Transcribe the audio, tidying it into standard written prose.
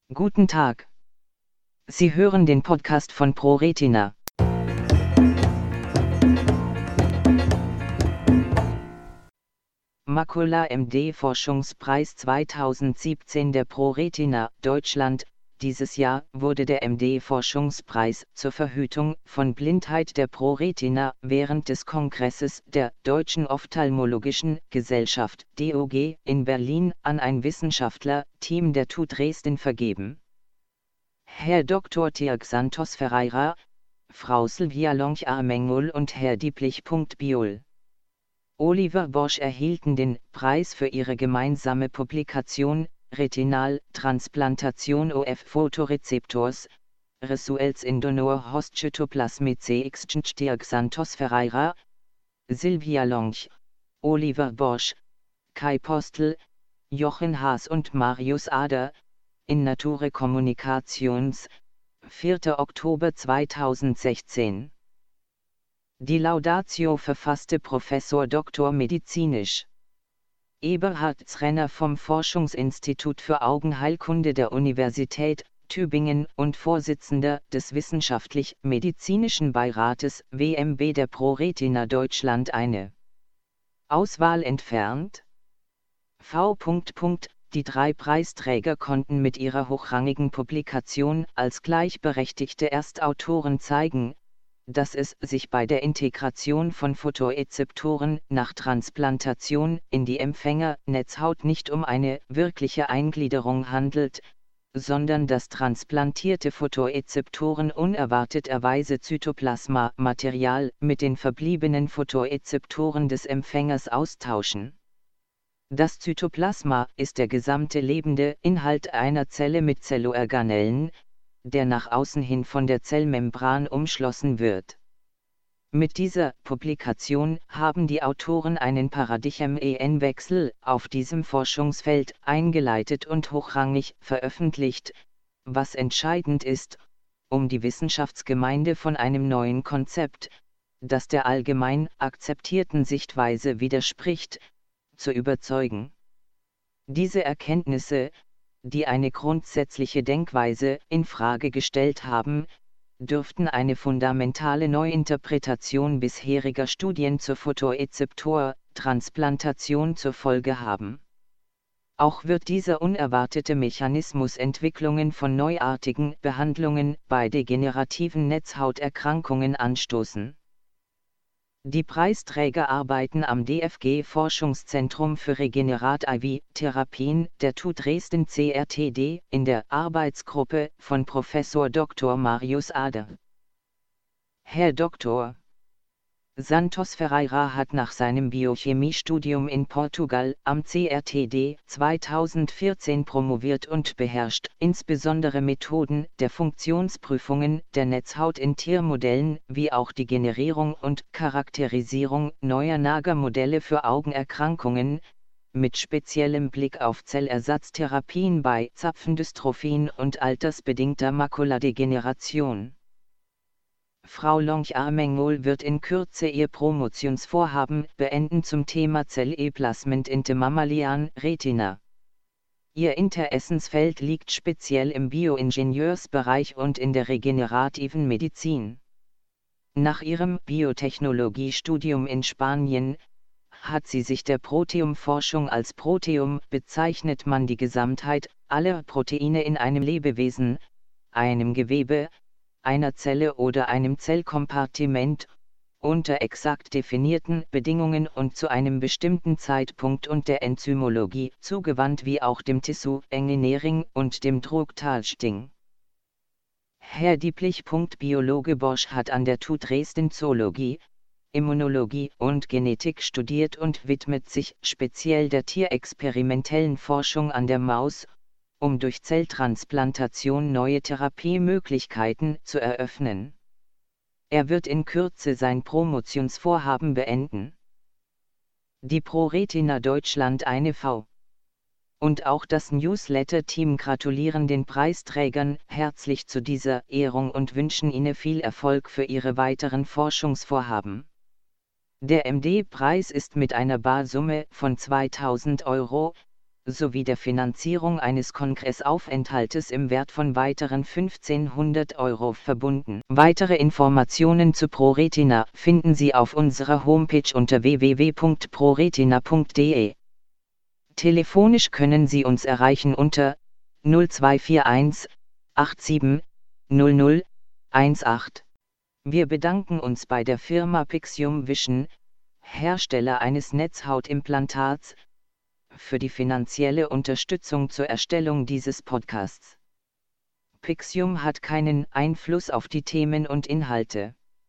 Guten Tag. Sie hören den Podcast von ProRetina. Makula-MD-Forschungspreis 2017 der ProRetina, Deutschland. Dieses Jahr wurde der MD-Forschungspreis zur Verhütung von Blindheit der ProRetina während des Kongresses der Deutschen Ophthalmologischen Gesellschaft (DOG) in Berlin an ein Wissenschaftler-Team der TU Dresden vergeben. Herr Dr. Tirk Santos Ferreira, Frau Silvia Lonch-Armengol und Herr Dieplich. Biol. Oliver Bosch erhielten den Preis für ihre gemeinsame Publikation Retinal-Transplantation of Photoreceptors, Results in Donor Host Cytoplasmic Exchange. Tirk Santos Ferreira, Silvia Lonch, Oliver Bosch, Kai Postel, Jochen Haas und Marius Ader, in Nature Communications, 4. Oktober 2016. Die Laudatio verfasste Professor Dr. Medizinisch Eberhard Zrenner vom Forschungsinstitut für Augenheilkunde der Universität Tübingen und Vorsitzender des Wissenschaftlich-Medizinischen Beirates WMB der ProRetina Deutschland eine Auswahl entfernt. Die 3 Preisträger konnten mit ihrer hochrangigen Publikation als gleichberechtigte Erstautoren zeigen, dass es sich bei der Integration von Photorezeptoren nach Transplantation in die Empfängernetzhaut nicht um eine wirkliche Eingliederung handelt, sondern dass transplantierte Photorezeptoren unerwarteterweise Zytoplasma-Material mit den verbliebenen Photorezeptoren des Empfängers austauschen. Das Zytoplasma ist der gesamte lebende Inhalt einer Zelle mit Zellorganellen, der nach außen hin von der Zellmembran umschlossen wird. Mit dieser Publikation haben die Autoren einen Paradigmenwechsel auf diesem Forschungsfeld eingeleitet und hochrangig veröffentlicht, was entscheidend ist, um die Wissenschaftsgemeinde von einem neuen Konzept, das der allgemein akzeptierten Sichtweise widerspricht, zu überzeugen. Diese Erkenntnisse, die eine grundsätzliche Denkweise in Frage gestellt haben, dürften eine fundamentale Neuinterpretation bisheriger Studien zur Photorezeptor-Transplantation zur Folge haben. Auch wird dieser unerwartete Mechanismus Entwicklungen von neuartigen Behandlungen bei degenerativen Netzhauterkrankungen anstoßen. Die Preisträger arbeiten am DFG-Forschungszentrum für Regenerat-IV-Therapien der TU Dresden CRTD in der Arbeitsgruppe von Professor Dr. Marius Ader. Herr Dr. Santos Ferreira hat nach seinem Biochemiestudium in Portugal am CRTD 2014 promoviert und beherrscht insbesondere Methoden der Funktionsprüfungen der Netzhaut in Tiermodellen wie auch die Generierung und Charakterisierung neuer Nagermodelle für Augenerkrankungen, mit speziellem Blick auf Zellersatztherapien bei Zapfendystrophien und altersbedingter Makuladegeneration. Frau Lonch-Armengol wird in Kürze ihr Promotionsvorhaben beenden zum Thema Zell-E-Plasment in the Mammalian Retina. Ihr Interessensfeld liegt speziell im Bioingenieursbereich und in der regenerativen Medizin. Nach ihrem Biotechnologiestudium in Spanien hat sie sich der Proteomforschung als Proteom bezeichnet man die Gesamtheit aller Proteine in einem Lebewesen, einem Gewebe, einer Zelle oder einem Zellkompartiment, unter exakt definierten Bedingungen und zu einem bestimmten Zeitpunkt und der Enzymologie zugewandt wie auch dem Tissue Engineering und dem Drug-Testing. Herr Dieplich. Biologe Bosch hat an der TU Dresden Zoologie, Immunologie und Genetik studiert und widmet sich speziell der tierexperimentellen Forschung an der Maus, um durch Zelltransplantation neue Therapiemöglichkeiten zu eröffnen. Er wird in Kürze sein Promotionsvorhaben beenden. Die ProRetina Deutschland eine V. Und auch das Newsletter-Team gratulieren den Preisträgern herzlich zu dieser Ehrung und wünschen ihnen viel Erfolg für ihre weiteren Forschungsvorhaben. Der MD-Preis ist mit einer Barsumme von 2.000 € sowie der Finanzierung eines Kongressaufenthaltes im Wert von weiteren 1500 Euro verbunden. Weitere Informationen zu ProRetina finden Sie auf unserer Homepage unter www.proretina.de. Telefonisch können Sie uns erreichen unter 0241 87 00 18. Wir bedanken uns bei der Firma Pixium Vision, Hersteller eines Netzhautimplantats, für die finanzielle Unterstützung zur Erstellung dieses Podcasts. Pixium hat keinen Einfluss auf die Themen und Inhalte.